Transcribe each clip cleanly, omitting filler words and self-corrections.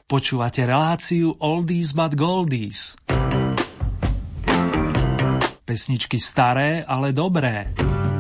Počúvate reláciu Oldies but Goldies. Pesničky staré, ale dobré.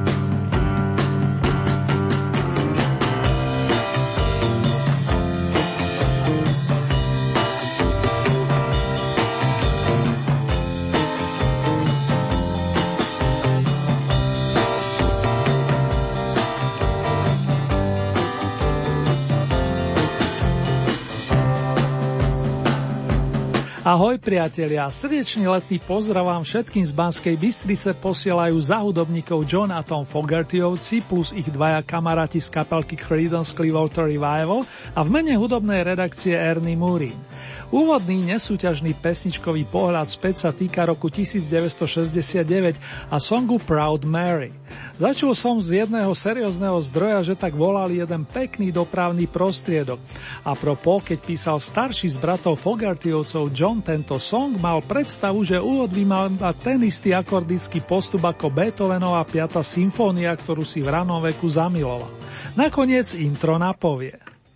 Ahoj priatelia, srdečný letný pozdrav vám všetkým z Banskej Bystrice posielajú za hudobníkov John a Tom Fogertyovci plus ich dvaja kamaráti z kapelky Creedence Clearwater Revival a v mene hudobnej redakcie Ernie Murin. Úvodný nesúťažný pesničkový pohľad späť sa týka roku 1969 a songu Proud Mary. Začul som z jedného seriózneho zdroja, že tak volali jeden pekný dopravný prostriedok. A propos, keď písal starší z bratov Fogertyovcov John tento song, mal predstavu, že úvod by mal mať ten istý akordický postup ako Beethovenova 5. symfónia, ktorú si v ranom veku zamiloval. Nakoniec intro napovie.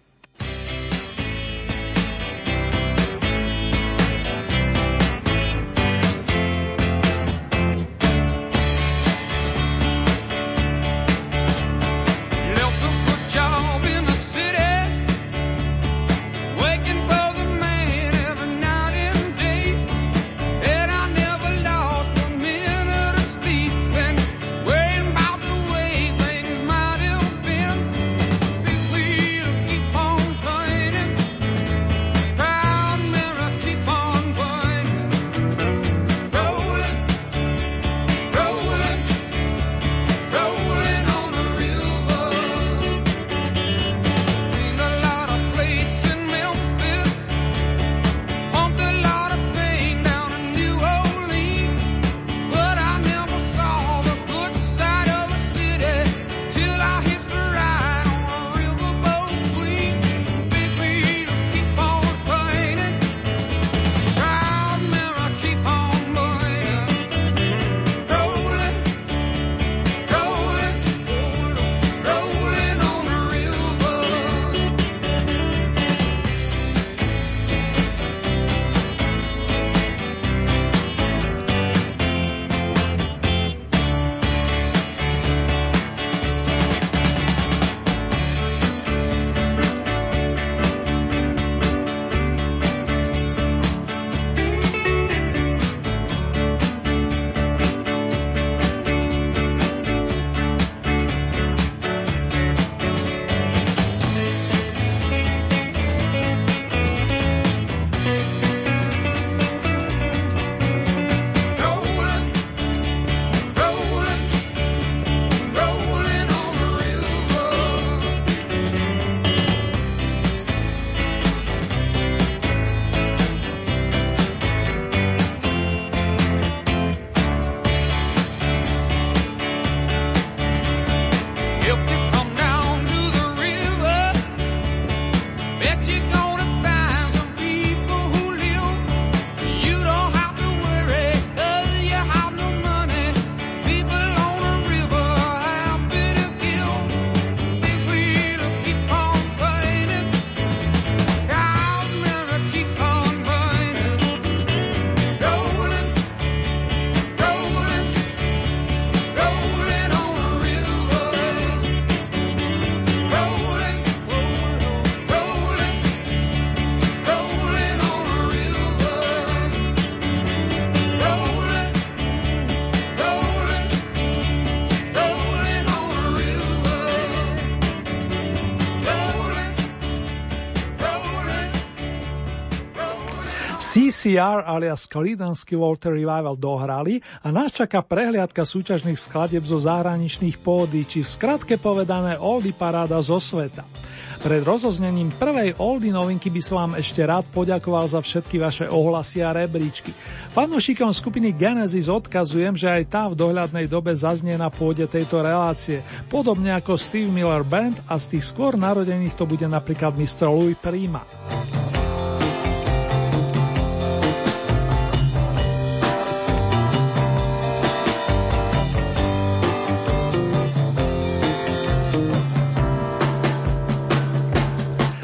CCR alias Creedence Clearwater Revival dohrali a nás čaká prehliadka súťažných skladieb zo zahraničných pódií, či v skratke povedané Oldie paráda zo sveta. Pred rozoznením prvej Oldie novinky by som vám ešte rád poďakoval za všetky vaše ohlasy a rebríčky. Fanúšikom skupiny Genesis odkazujem, že aj tá v dohľadnej dobe zaznie na pôde tejto relácie, podobne ako Steve Miller Band a z tých skôr narodených to bude napríklad Mr. Louis Prima.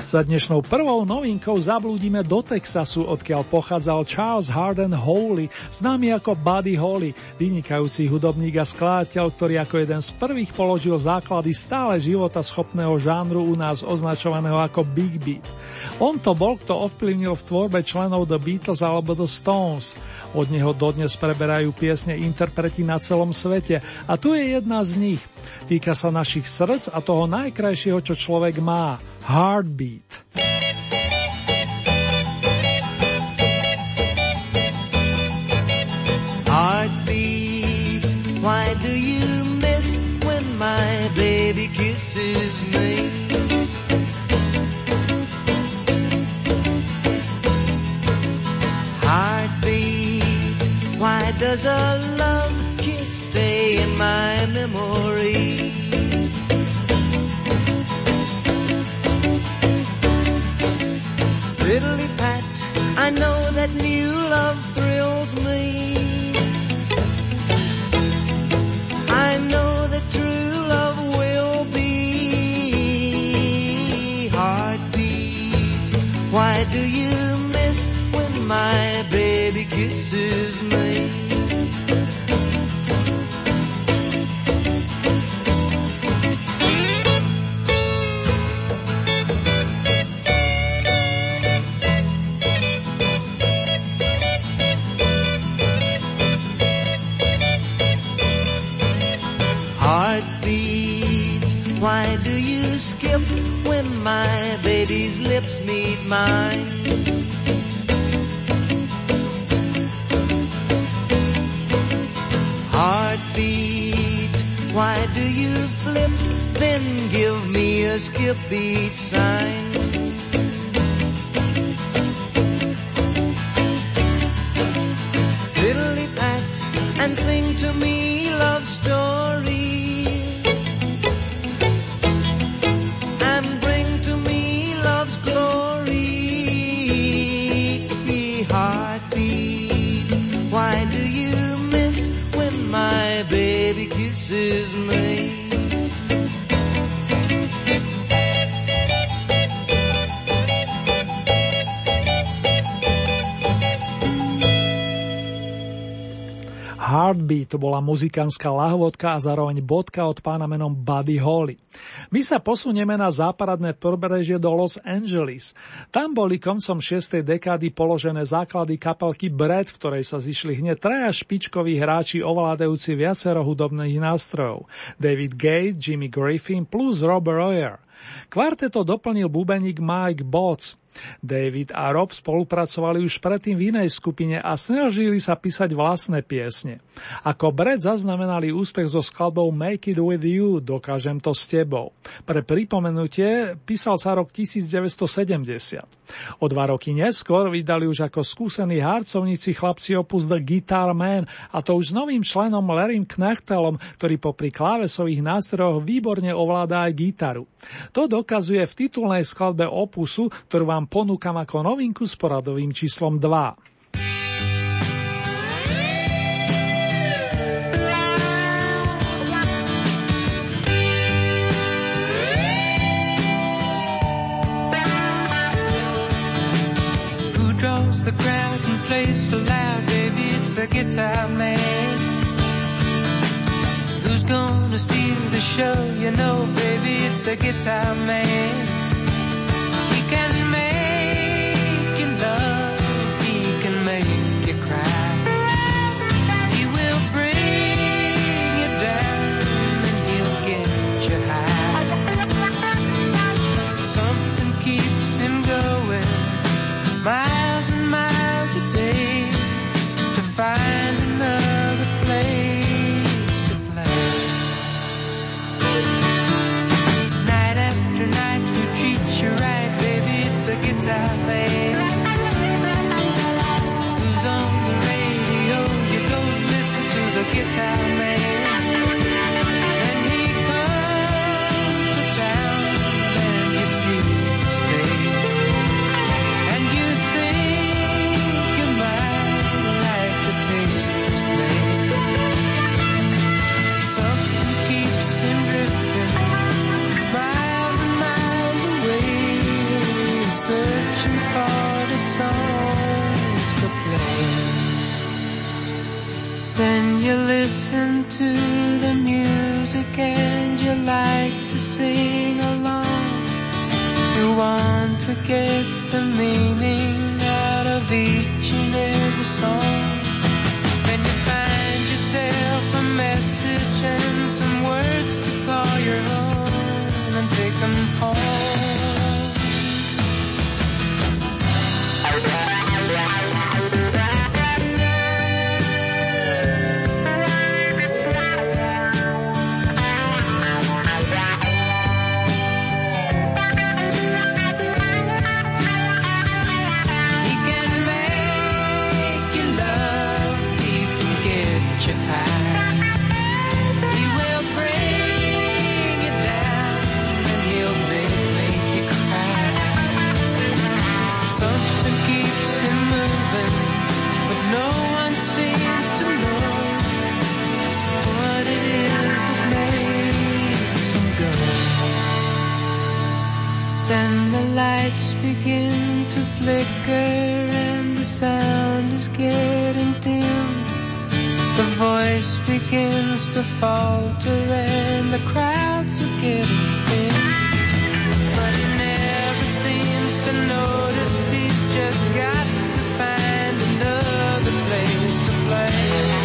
Za dnešnou prvou novinkou zablúdime do Texasu, odkiaľ pochádzal Charles Hardin Holly, známy ako Buddy Holly, vynikajúci hudobník a skladateľ, ktorý ako jeden z prvých položil základy stále životaschopného žánru u nás označovaného ako Big Beat. On to bol, kto ovplyvnil v tvorbe členov The Beatles alebo The Stones. Od neho dodnes preberajú piesne interpreti na celom svete a tu je jedna z nich. Týka sa našich srdc a toho najkrajšieho, čo človek má. Heartbeat. Heartbeat, why do you miss when my baby kisses me? Heartbeat, why does a love kiss stay in my memory? Fiddly pat, I know that new love thrills me. I know that true love will be. Heartbeat, why do you miss when my baby kisses me? Why do you skip when my baby's lips meet mine? Heartbeat, why do you flip, then give me a skip beat sign? Fiddly pat and sing to me love stories. Why do you miss when my baby kisses me? Heartbeat to bola muzikánska lahvodka a zároveň bodka od pána menom Buddy Holly. My sa posunieme na západné pobrežie do Los Angeles. Tam boli koncom 6. dekády položené základy kapelky Bread, v ktorej sa zišli hneď traja špičkoví hráči ovládajúci viacero hudobných nástrojov. David Gate, Jimmy Griffin plus Rob Royer. Kvarteto doplnil bubeník Mike Botts. David a Rob spolupracovali už predtým v inej skupine a snažili sa písať vlastné piesne. Ako Bread zaznamenali úspech so skladbou Make It With You, Dokážem to s tebou. Pre pripomenutie písal sa rok 1970. O 2 roky neskôr vydali už ako skúsení harcovníci chlapci opus The Guitar Man, a to už s novým členom Larrym Knechtelom, ktorý popri klávesových nástrojoch výborne ovláda aj gitaru. To dokazuje v titulnej skladbe opusu, ktorú vám ponúkam ako novinku s poradovým číslom 2. Draws the crowd and plays so loud, baby, it's the Guitar Man. Who's gonna steal the show? You know, baby, it's the Guitar Man. He can make you love, he can make you cry. He will bring you down and he'll get you high. Something keeps him going, miles and miles a day, to find another place to play. Night after night we searching for the songs to play. Then you listen to the music and you like to sing along. You want to get the meaning out of each and every song. Then you find yourself a message and some words to call your own and take them home. Begin to flicker and the sound is getting dim. The voice begins to falter and the crowds are getting thin. But he never seems to notice he's just got to find another place to play.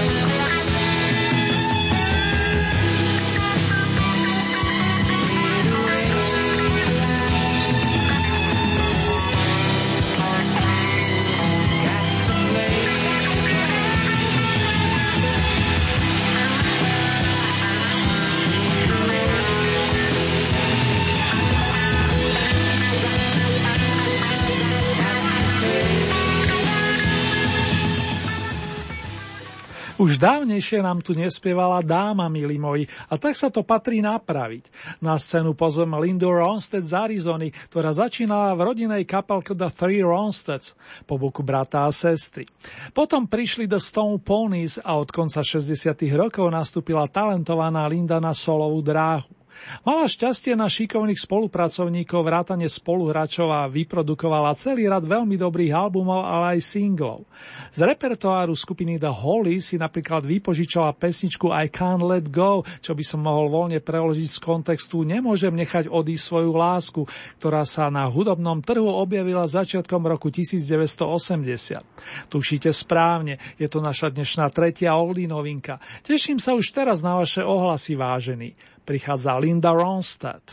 Už dávnejšie nám tu nespievala dáma, milí moji, a tak sa to patrí napraviť. Na scénu pozveme Lindu Ronstadt z Arizony, ktorá začínala v rodinej kapelke The Three Ronstadts po boku brata a sestry. Potom prišli The Stone Ponies a od konca 60. rokov nastúpila talentovaná Linda na solovú dráhu. Mala šťastie na šikovných spolupracovníkov, vrátane spoluhráčov a vyprodukovala celý rad veľmi dobrých albumov, ale aj singlov. Z repertoáru skupiny The Hollies si napríklad vypožičala pesničku I Can't Let Go, čo by som mohol voľne preložiť z kontextu Nemôžem nechať odísť svoju lásku, ktorá sa na hudobnom trhu objavila začiatkom roku 1980. Tušíte správne, je to naša dnešná tretia oldie novinka. Teším sa už teraz na vaše ohlasy, vážení. Prichádza Linda Ronstadt.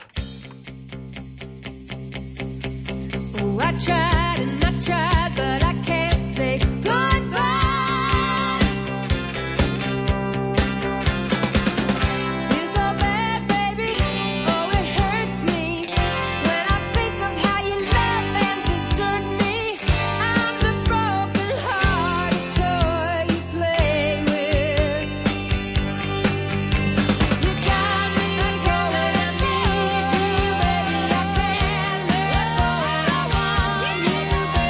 I tried, but I can't say goodbye. You're so bad, baby. Oh, it hurts me when I think of how you love and desert me. I'm the broken-hearted toy you play with. You got me going, I need you, baby. I can't let go, and I want you, baby.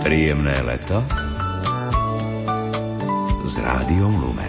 Príjemné leto s Rádiom Lumen.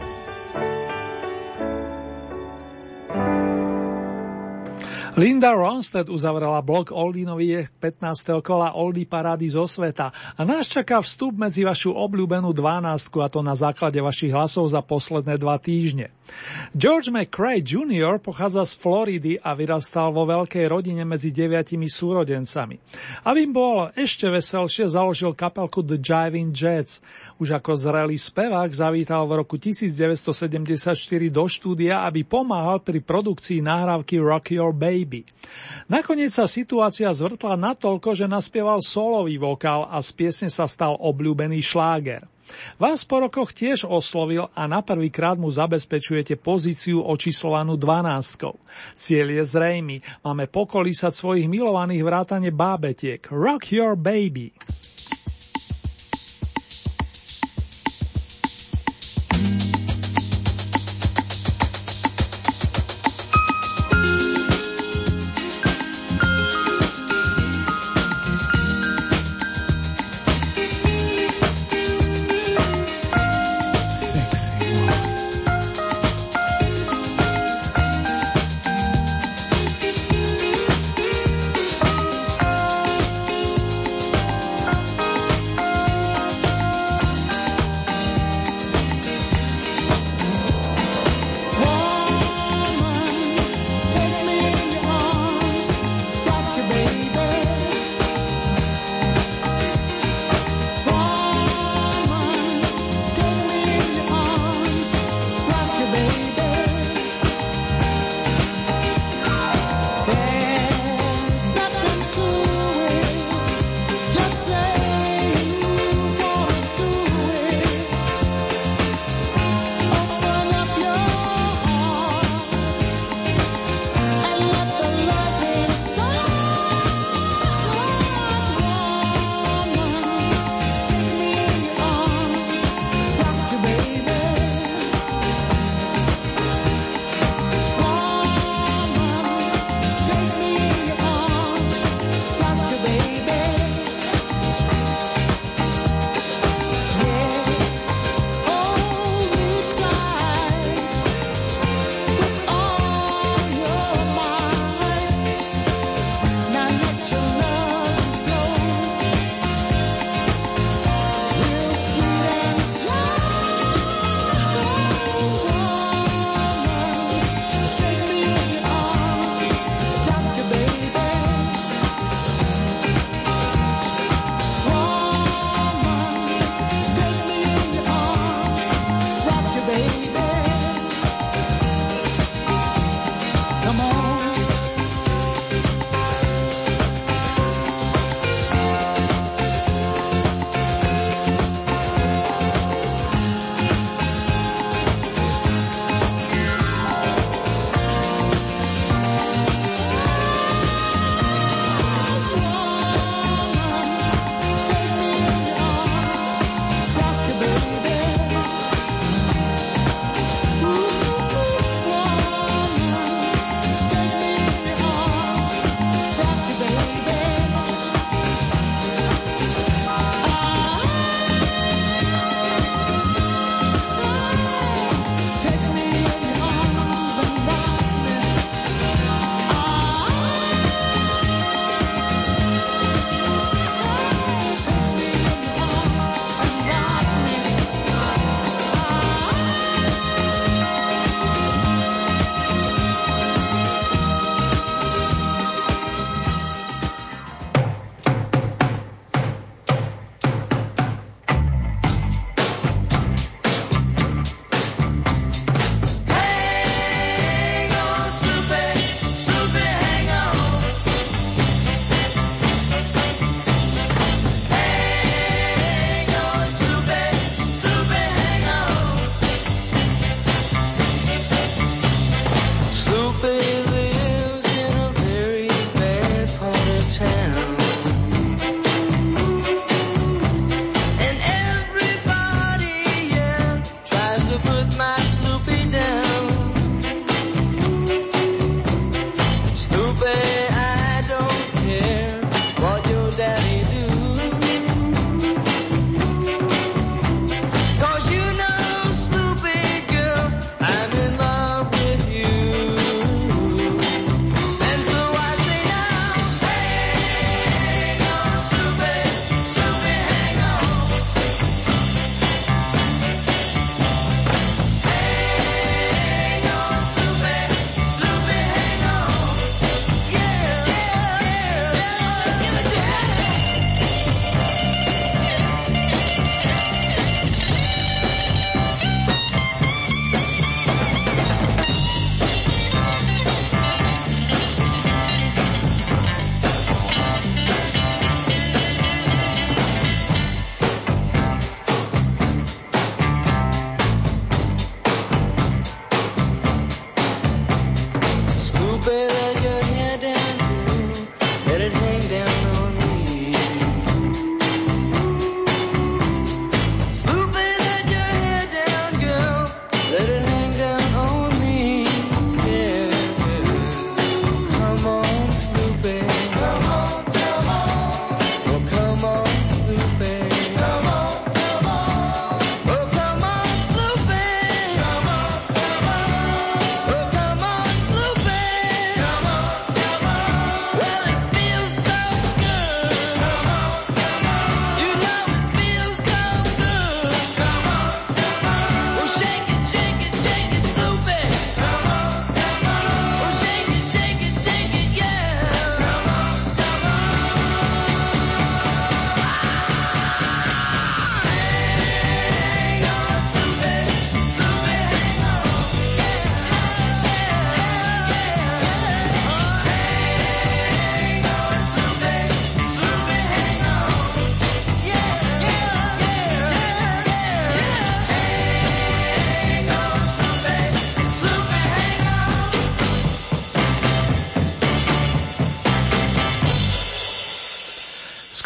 Linda Ronstadt uzavrela blok Oldinových 15. kola Oldie parády zo sveta a nás čaká vstup medzi vašu obľúbenú 12, a to na základe vašich hlasov za posledné 2 týždne. George McRae Jr. pochádza z Floridy a vyrastal vo veľkej rodine medzi 9 súrodencami. Aby bol ešte veselšie, založil kapelku The Jiving Jets. Už ako zrelý spevák zavítal v roku 1974 do štúdia, aby pomáhal pri produkcii nahrávky Rock Your Baby. Nakoniec sa situácia zvrtla natoľko, že naspieval solový vokál a z piesne sa stal obľúbený šláger. Vás po rokoch tiež oslovil a na prvýkrát mu zabezpečujete pozíciu očíslovanú 12. Cieľ je zrejmý. Máme pokolísať svojich milovaných vrátane bábetiek. Rock Your Baby.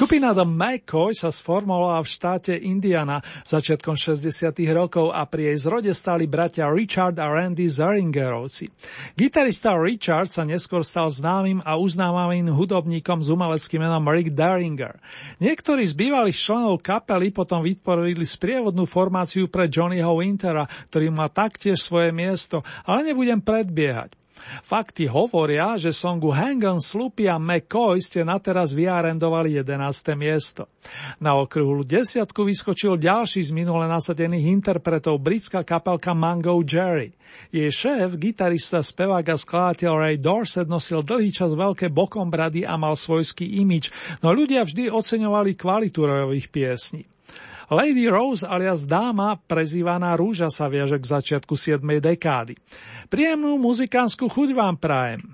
Skupina The McCoy sa sformovala v štáte Indiana začiatkom 60. rokov a pri jej zrode stáli bratia Richard a Randy Zeringerovci. Gitarista Richard sa neskôr stal známym a uznávaným hudobníkom s umeleckým menom Rick Derringer. Niektorí z bývalých členov kapely potom vytvorili sprievodnú formáciu pre Johnnyho Wintera, ktorý má taktiež svoje miesto, ale nebudem predbiehať. Fakty hovoria, že songu Hang on Sloopy a McCoy ste nateraz vyarendovali 11. miesto. Na okrúhlu desiatku vyskočil ďalší z minule nasadených interpretov, britská kapelka Mango Jerry. Jej šéf, gitarista, spevák a skladateľ Ray Dorset nosil dlhý čas veľké bokombrady a mal svojský imič, no ľudia vždy oceňovali kvalitu rojových piesní. Lady Rose alias dáma, prezývaná Rúža, sa viaže k začiatku 7. dekády. Príjemnú muzikánsku chuť vám prajem.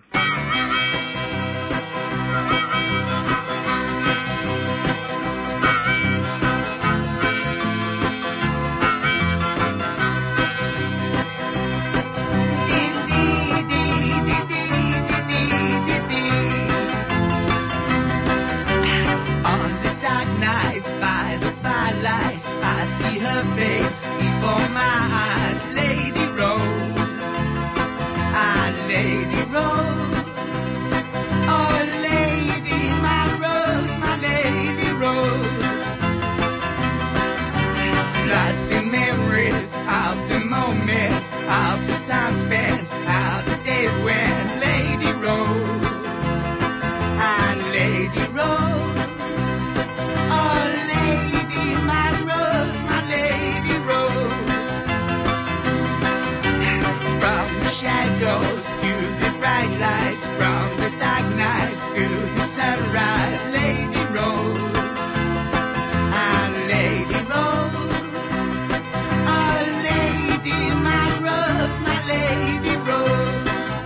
Time spent, how the days went, Lady Rose, and Lady Rose, oh Lady, my Lady Rose. From the shadows to the bright lights, from the dark nights to the sunrise, Lady Rose, and Lady Rose. Lady Rose.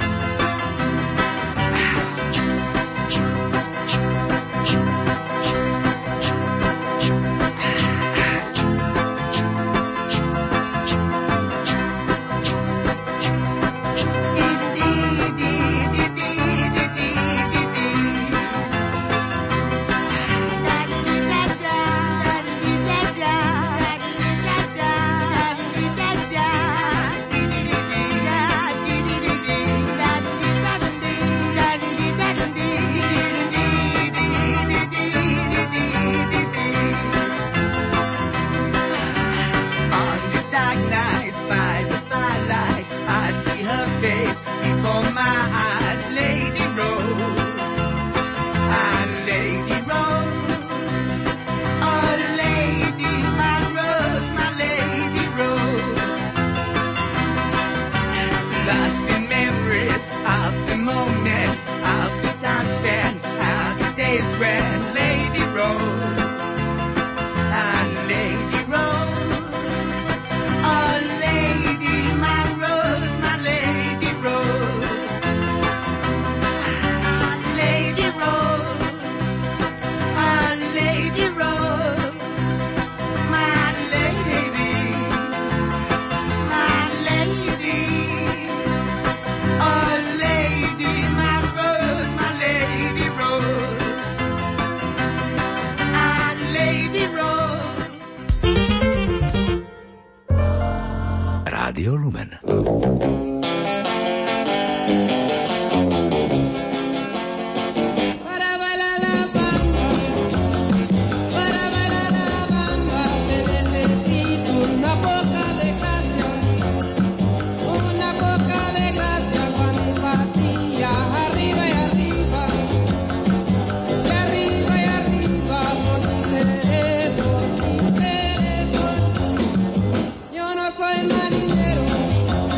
Rádio Lumen. Yo no soy marinero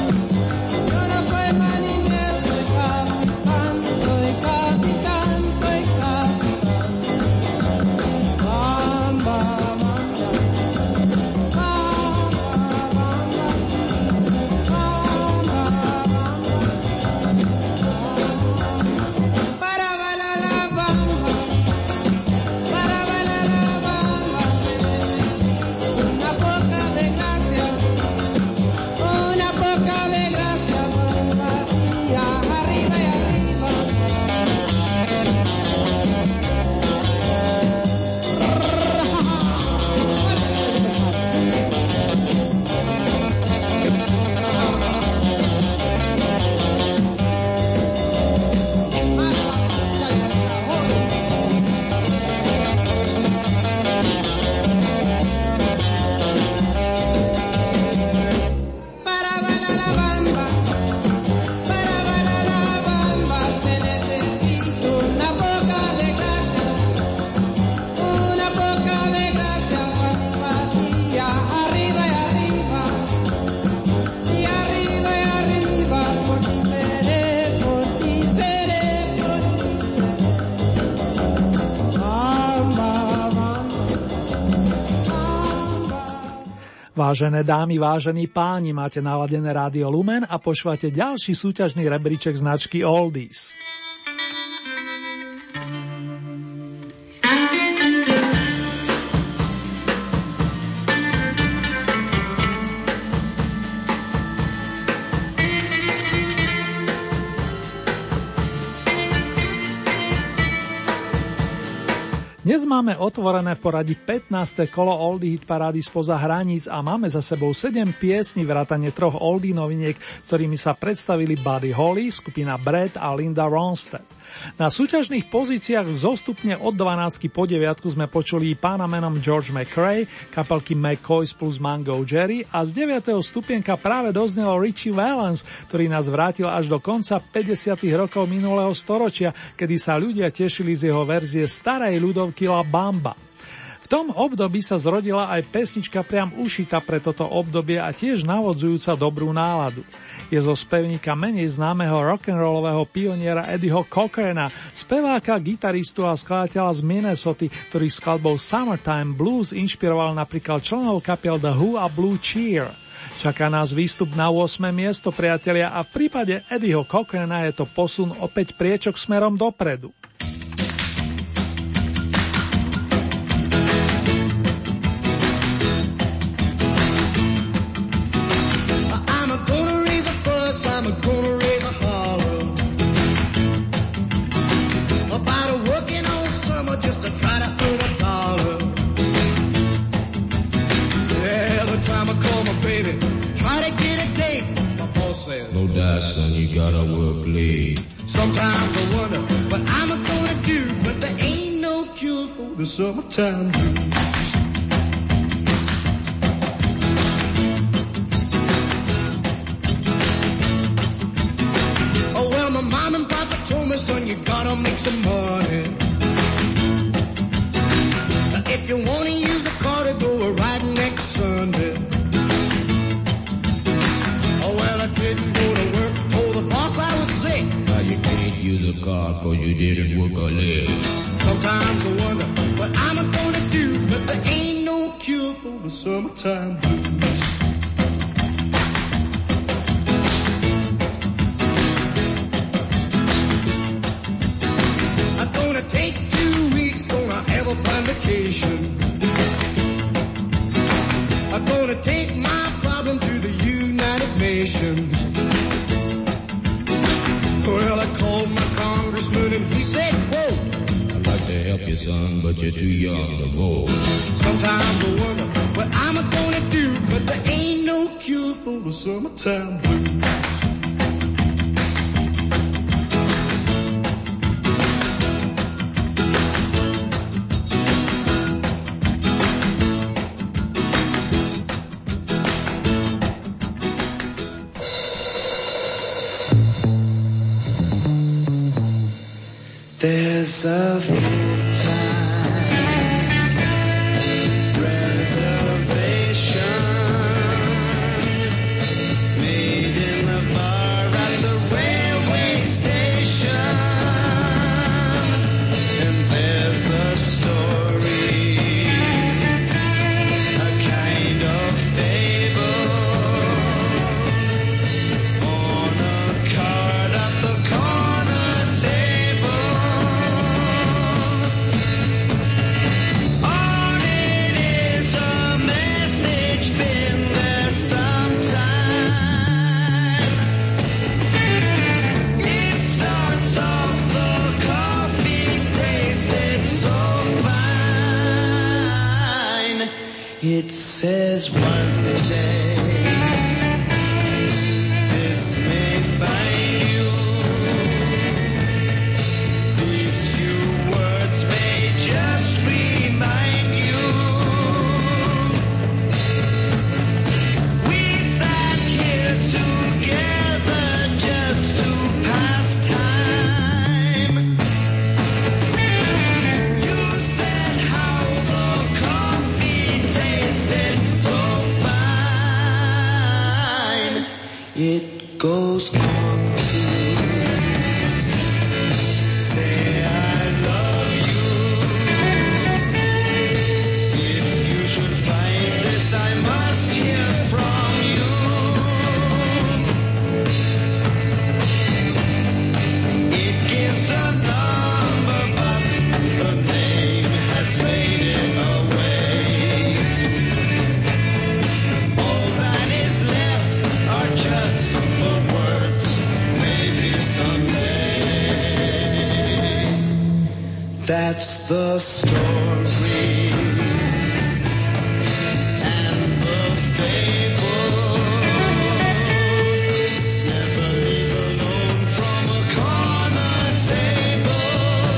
Vážené dámy, vážení páni, máte naladené Rádio Lumen a počúvate ďalší súťažný rebríček značky Oldies. Dnes máme otvorené v poradí 15. kolo Oldie hit parády spoza hraníc a máme za sebou 7 piesní vrátane 3 oldie noviniek, ktorými sa predstavili Buddy Holly, skupina Brad a Linda Ronstadt. Na súťažných pozíciách zostupne od 12 po 9 sme počuli pána menom George McRae, kapelky McCoys plus Mango Jerry a z 9. stupienka práve doznelo Richie Valens, ktorý nás vrátil až do konca 50. rokov minulého storočia, kedy sa ľudia tešili z jeho verzie starej ľudovky La Bamba. V tom období sa zrodila aj pesnička priam ušita pre toto obdobie a tiež navodzujúca dobrú náladu. Je zo spevníka menej známeho rock'n'rollového pioniera Eddieho Cochrana, speváka, gitaristu a skladateľa z Minnesoty, ktorý skladbou Summertime Blues inšpiroval napríklad členov kapiel The Who a Blue Cheer. Čaká nás výstup na 8. miesto, priatelia, a v prípade Eddieho Cochrana je to posun opäť priečok smerom dopredu. I'm gonna raise a holler about a working all summer just to try to earn a dollar. Every time I call my baby, try to get a date, my boss says, no doubt, son, you gotta work late. Sometimes I wonder what I'm gonna do, but there ain't no cure for the summertime blues. My mom and papa told me, son, you gotta make some money. If you wanna use a car to go riding next Sunday. Oh, well, I didn't go to work, told the boss I was sick. Now you can't use a car cause you didn't work a leg. Sometimes I wonder what I'm gonna do, but there ain't no cure for the summertime blues. Take 2 weeks, gonna have a fun vacation. I'm gonna take my problem to the United Nations. Well, I called my congressman and he said, quote, I'd like to help you, son, but you're too young to vote. Sometimes I wonder what I'm gonna do, but there ain't no cure for the summertime blues. There's a full-time reservation made in the bar at the railway station, and there's a story, a kind of fable, on a card at the corner table. It says one day this may find you. These few words may just remind you. We sat here together just to pass time. You said how the coffee tasted so fine. That's the story. And the fable. Never leave alone from a corner table.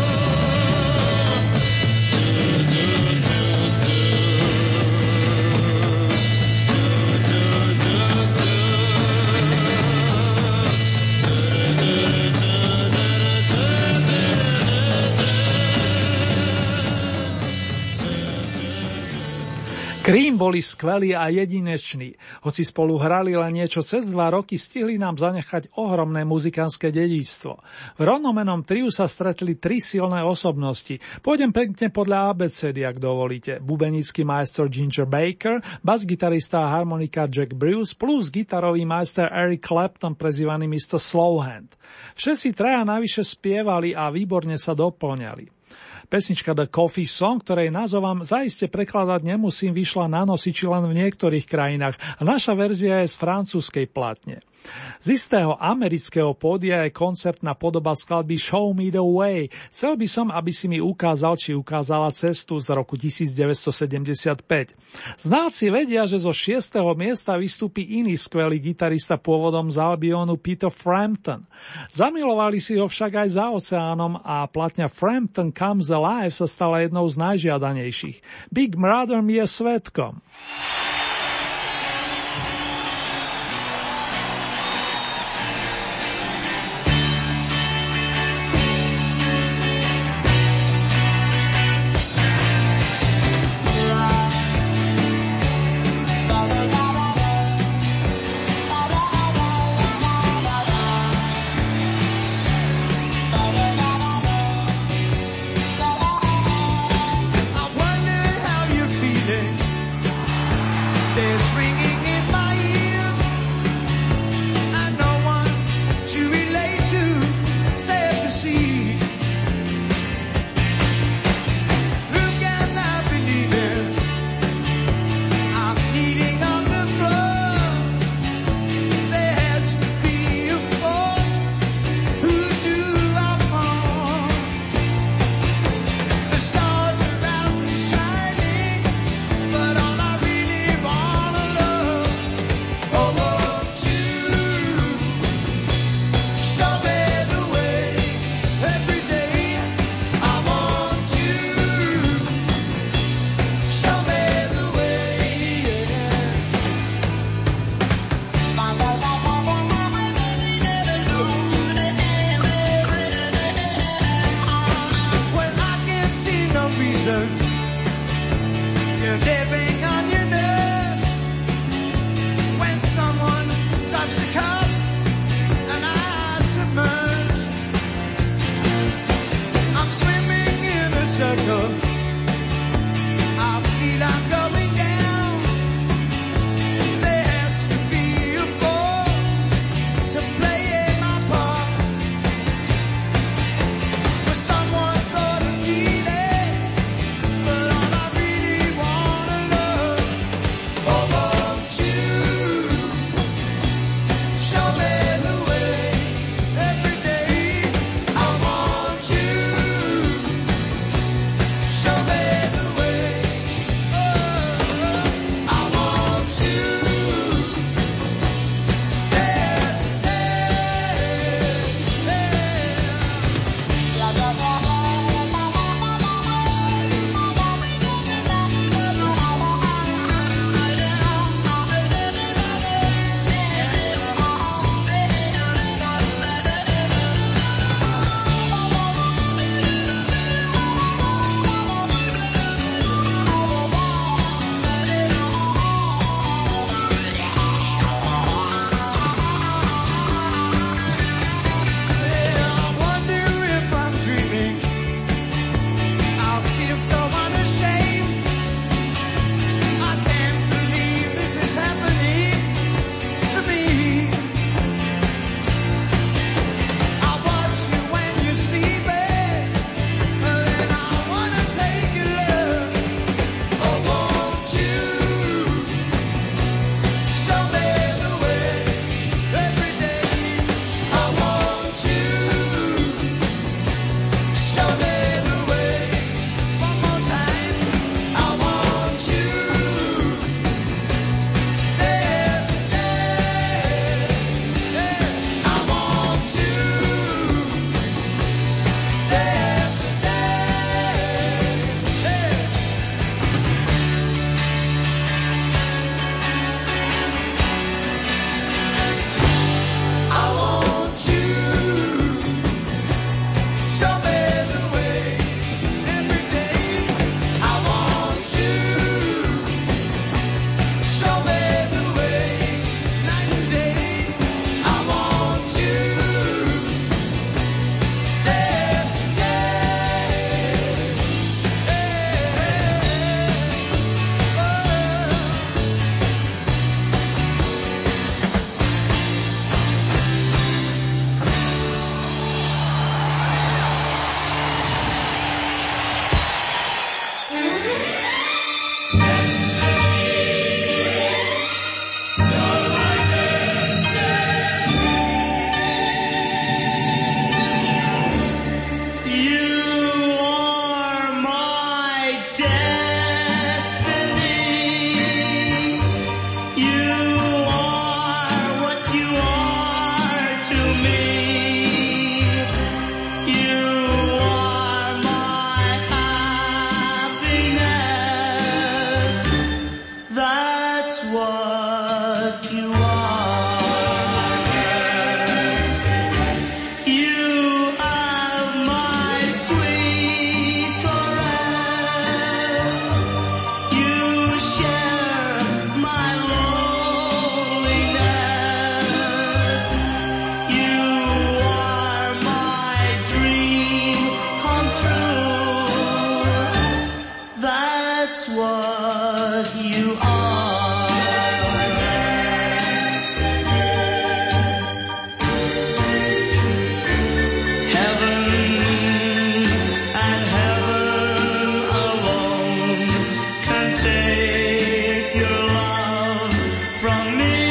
Cream boli skvelí a jedineční. Hoci spolu hrali len niečo cez 2 roky, stihli nám zanechať ohromné muzikánske dedičstvo. V rovnomennom triu sa stretli 3 silné osobnosti. Pôjdem pekne podľa abecedy, ak dovolíte. Bubenický majster Ginger Baker, basgitarista a harmonika Jack Bruce plus gitarový majster Eric Clapton, prezývaný Mr. Slowhand. Všetci traja navyše spievali a výborne sa doplňali. Pesnička The Coffee Song, ktorej názov vám zaiste prekladať nemusím, vyšla na nosiči len v niektorých krajinách a naša verzia je z francúzskej platne. Z istého amerického pódia je koncertná podoba skladby Show Me the Way. Chcel by som, aby si mi ukázal, či ukázala cestu z roku 1975. Znáci vedia, že zo 6. miesta vystúpi iný skvelý gitarista pôvodom z Albionu Peter Frampton. Zamilovali si ho však aj za oceánom a platňa Frampton Comes Alive sa stala jednou z najžiadanejších. Big Brother mi je svedkom. That's what you are. Heaven and heaven alone can take your love from me.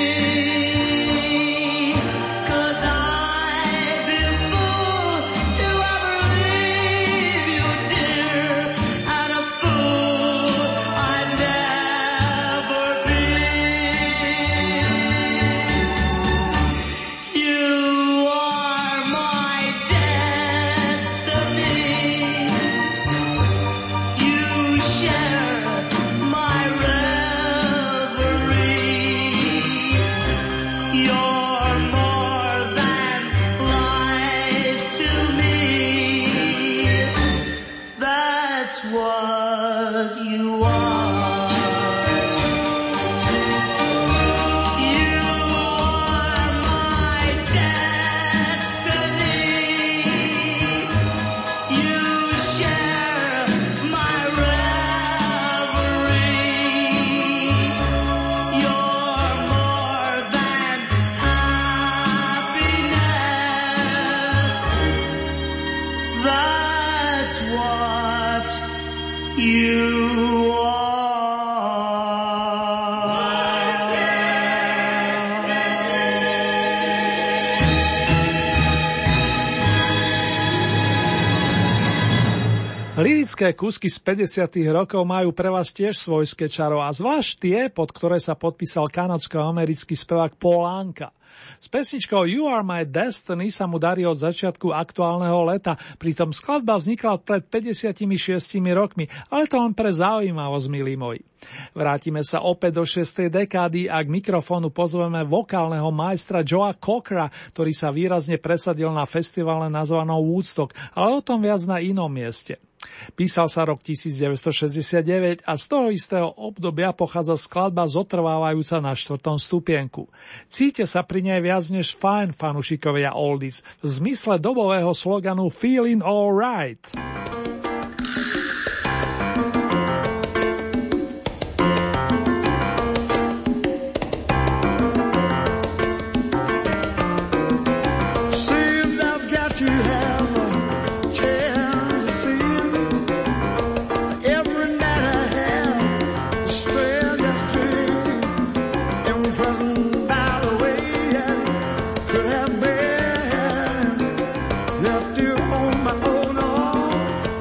'Cause I'd be a fool to ever leave you, dear, and a fool I'd never be. You are my destiny. You share my reverie. You're more than life to me. That's what you are. You are my destiny. You share my reverie. You're more than happiness. That's what you Lyrické kúsky z 50. rokov majú pre vás tiež svojské čaro a zvlášť tie, pod ktoré sa podpísal kanadsko-americký spevák Paul Anka. S pesničkou You Are My Destiny sa mu darí od začiatku aktuálneho leta, pritom skladba vznikla pred 56 rokmi, ale to len pre zaujímavosť, milí moji. Vrátime sa opäť do 6. dekády a k mikrofónu pozveme vokálneho majstra Joea Cockera, ktorý sa výrazne presadil na festivale nazvanom Woodstock, ale o tom viac na inom mieste. Písal sa rok 1969 a z toho istého obdobia pochádza skladba zotrvávajúca na 4. stupienku. Cíte sa pri nej viac než fajn, fanúšikovia oldies, v zmysle dobového sloganu Feeling All Right. Left you on my own arm.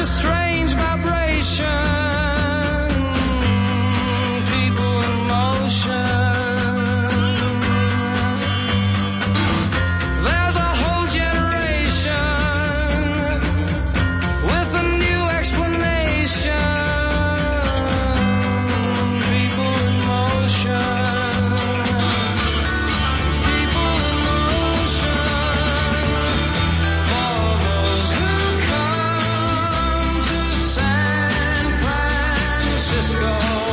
strange vibration. People in motion. There's a whole generation with a new explanation. People in motion. People in motion. For those who come to San Francisco,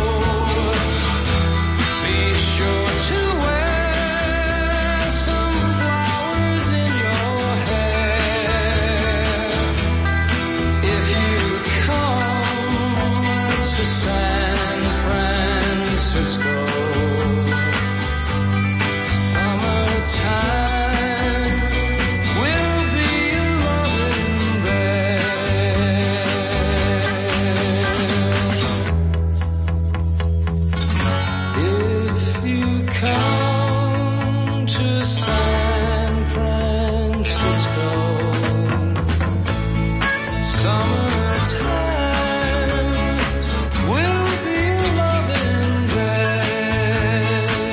be sure to wear some flowers in your hair. If you come to San Francisco, summertime will be loving there. If you come to San Francisco, summertime will be loving there.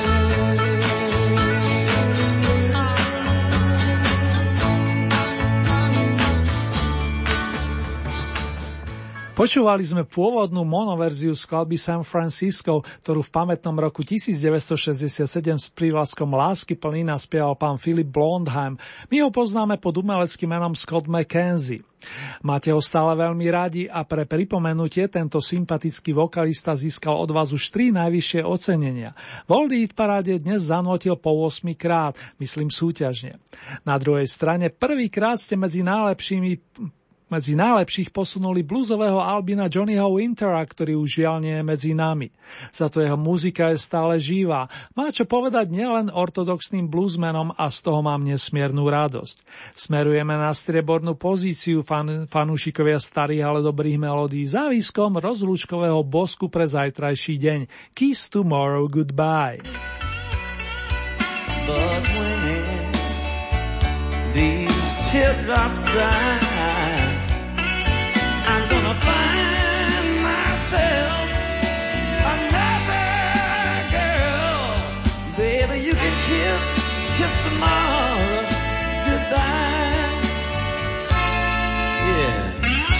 Počúvali sme pôvodnú monoverziu skladby San Francisco, ktorú v pamätnom roku 1967 s prívlaskom lásky plný naspieval pán Philip Blondheim. My ho poznáme pod umeleckým menom Scott McKenzie. Máte ho stále veľmi radi a pre pripomenutie tento sympatický vokalista získal od vás už 3 najvyššie ocenenia. V Oldie Hit paráde dnes zanotil po 8 krát, myslím súťažne. Na druhej strane prvýkrát ste medzi najlepších posunuli bluesového Albina Johnnyho Wintera, ktorý už žiaľ nie je medzi nami. Za to jeho muzika je stále živá. Má čo povedať nielen ortodoxným bluesmenom a z toho mám nesmiernu radosť. Smerujeme na striebornú pozíciu fanúšikovia starých, ale dobrých melódií záviskom rozlúčkového bosku pre zajtrajší deň. Kiss tomorrow goodbye. But when these teardrops dry, I'm gonna find myself another girl. Baby, you can kiss tomorrow goodbye. Yeah.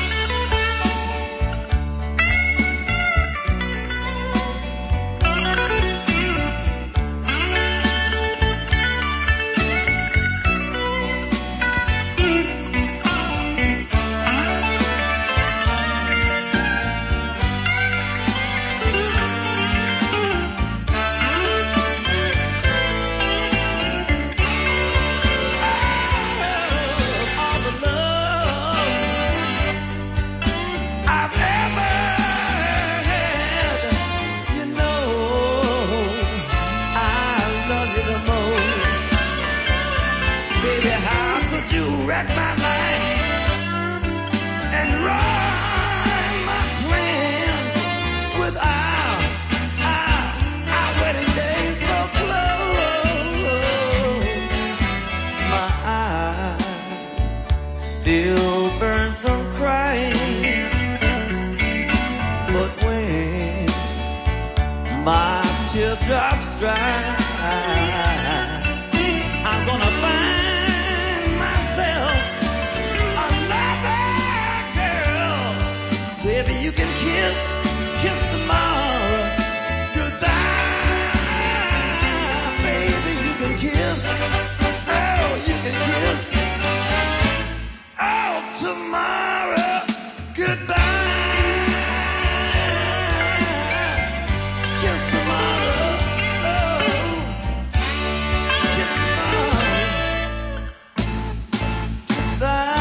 Wreck my life and run my plans without our wedding day so close. My eyes still burn from crying, but when my teardrops dry, I'm gonna find baby, you can kiss tomorrow goodbye. Baby, you can kiss, oh, you can kiss, oh, tomorrow goodbye. Kiss tomorrow, oh, kiss tomorrow goodbye.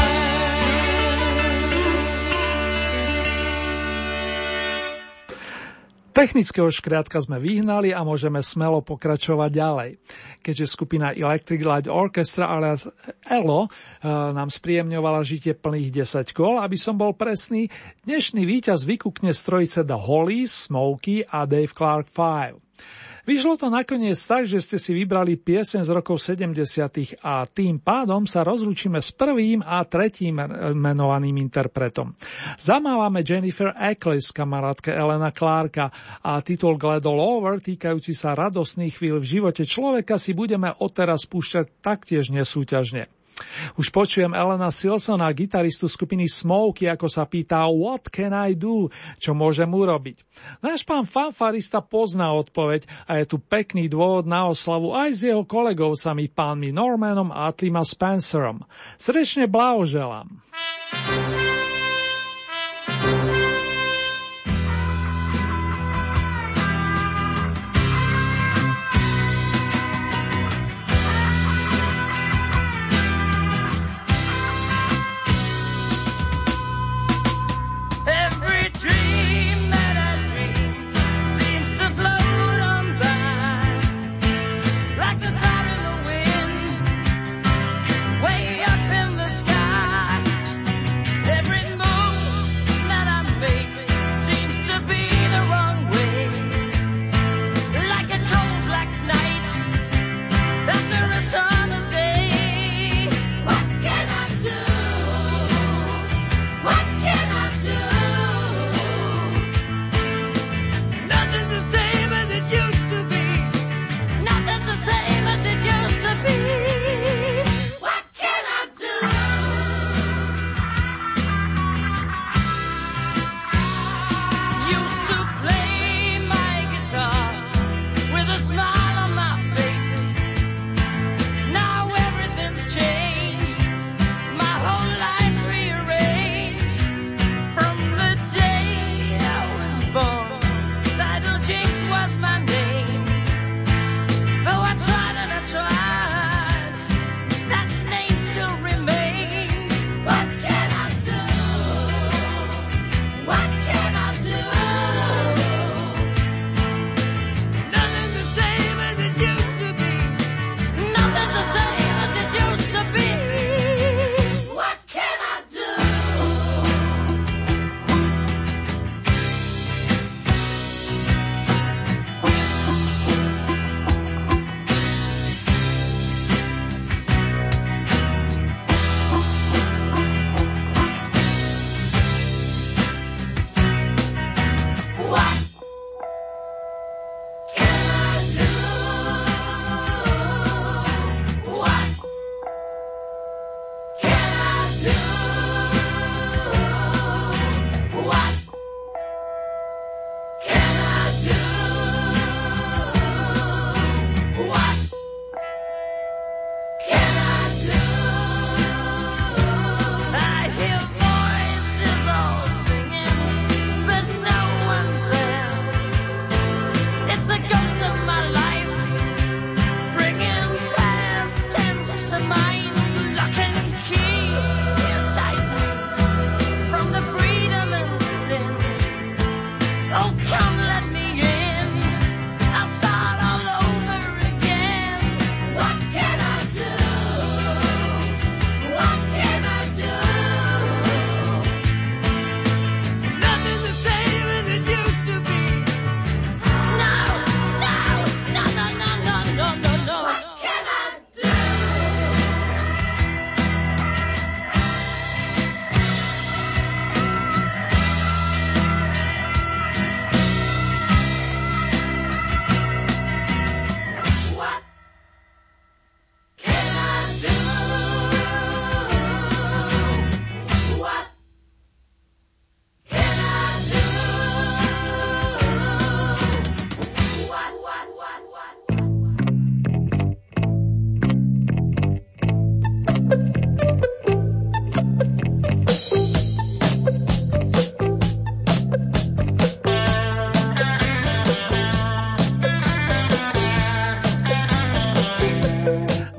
Technického škriatka sme vyhnali a môžeme smelo pokračovať ďalej. Keďže skupina Electric Light Orchestra alias ELO nám spríjemňovala žitie plných 10 kôl, aby som bol presný, dnešný víťaz vykúkne z trojice The Hollies, Smokey a Dave Clark 5. Vyšlo to nakoniec tak, že ste si vybrali pieseň z rokov 70. a tým pádom sa rozlúčime s prvým a tretím menovaným interpretom. Zamávame Jennifer Eccles, kamarátke Elena Clarka, a titul Glad All Over, týkajúci sa radostných chvíľ v živote človeka, si budeme odteraz púšťať taktiež nesúťažne. Už počujem Elena Silsona, gitaristu skupiny Smokey, ako sa pýta What can I do? Čo môžem urobiť? Náš pán fanfarista pozná odpoveď a je tu pekný dôvod na oslavu aj s jeho kolegovcami pánmi Normanom a Atlima Spencerom. Srdečne blahoželám. Way up in the sky.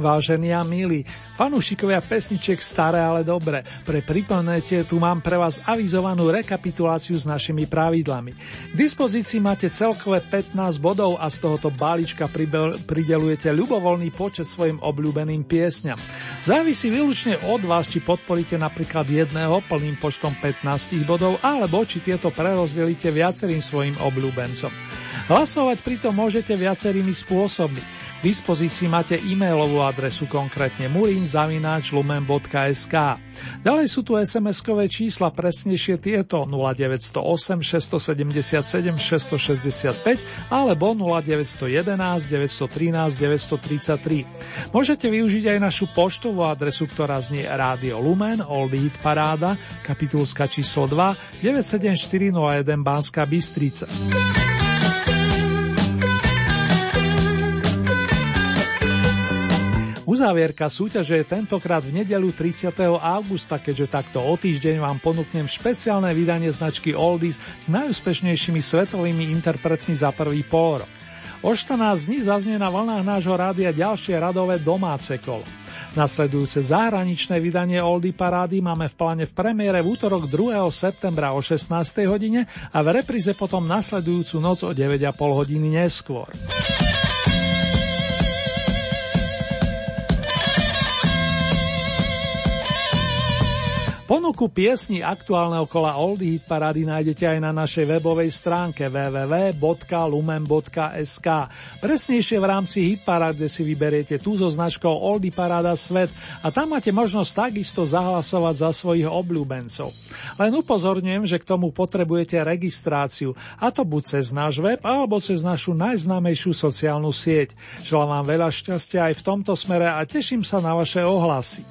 vážení a milí, fanúšikovia pesničiek staré, ale dobre. Pre pripomenutie tu mám pre vás avizovanú rekapituláciu s našimi pravidlami. K dispozícii máte celkové 15 bodov a z tohoto balíčka prideľujete ľubovoľný počet svojim obľúbeným piesňam. Závisí výlučne od vás, či podporíte napríklad jedného plným počtom 15 bodov, alebo či tieto prerozdelíte viacerým svojim obľúbencom. Hlasovať pritom môžete viacerými spôsobmi. V dispozícii máte e-mailovú adresu, konkrétne murin@lumen.sk. Ďalej sú tu SMS-kové čísla, presnejšie tieto 0908 677 665 alebo 0911 913 933. Môžete využiť aj našu poštovú adresu, ktorá znie Rádio Lumen, Old Hit Paráda, kapitulska číslo 2, 97401 Banská Bystrica. Uzávierka súťaže je tentokrát v nedeľu 30. augusta, keďže takto o týždeň vám ponúknem špeciálne vydanie značky Oldies s najúspešnejšími svetovými interpretmi za prvý pôrok. O 14 dní zaznie na vlnách nášho rádia ďalšie radové domáce kolo. Nasledujúce zahraničné vydanie Oldie Parády máme v pláne v premiére v útorok 2. septembra o 16. hodine a v repríze potom nasledujúcu noc o 9,5 hodiny neskôr. Ponuku piesní aktuálneho kola Oldie Hit Parády nájdete aj na našej webovej stránke www.lumen.sk. Presnejšie v rámci Hit Parád, kde si vyberiete tú so značkou Oldie Paráda Svet a tam máte možnosť takisto zahlasovať za svojich obľúbencov. Len upozorňujem, že k tomu potrebujete registráciu, a to buď cez náš web, alebo cez našu najznámejšiu sociálnu sieť. Želám vám veľa šťastia aj v tomto smere a teším sa na vaše ohlasy.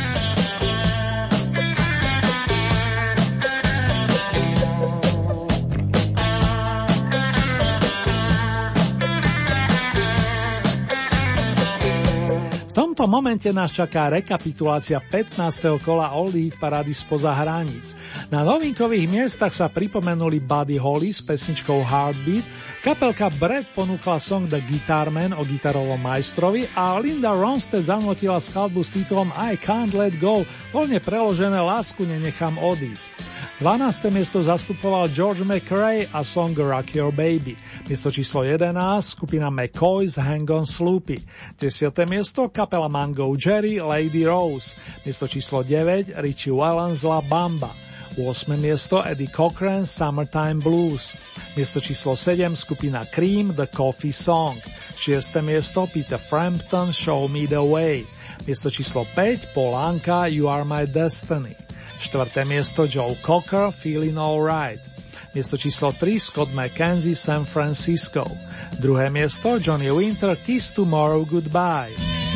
V tomto momente nás čaká rekapitulácia 15. kola Oldie Hit Parády spoza hraníc. Na novinkových miestach sa pripomenuli Buddy Holly s pesničkou Heartbeat, kapelka Brad ponúkla song The Guitar Man o gitarovom majstrovi a Linda Ronstadt zanotila skladbu s titulom I Can't Let Go, voľne preložené Lásku nenechám odísť. 12. miesto zastupoval George McRae a song Rock Your Baby. Miesto číslo 11 skupina McCoy's Hang On Sloopy. 10. miesto kapela Mango Jerry Lady Rose. Miesto číslo 9 Richie Valens La Bamba. 8. miesto Eddie Cochran Summertime Blues. Miesto číslo 7 skupina Cream The Coffee Song. 6. miesto Peter Frampton Show Me The Way. Miesto číslo 5 Paul Anka You Are My Destiny. 4. miesto Joe Cocker Feeling Alright. Miesto číslo 3 Scott McKenzie San Francisco. 2. miesto Johnny Winter Kiss Tomorrow Goodbye.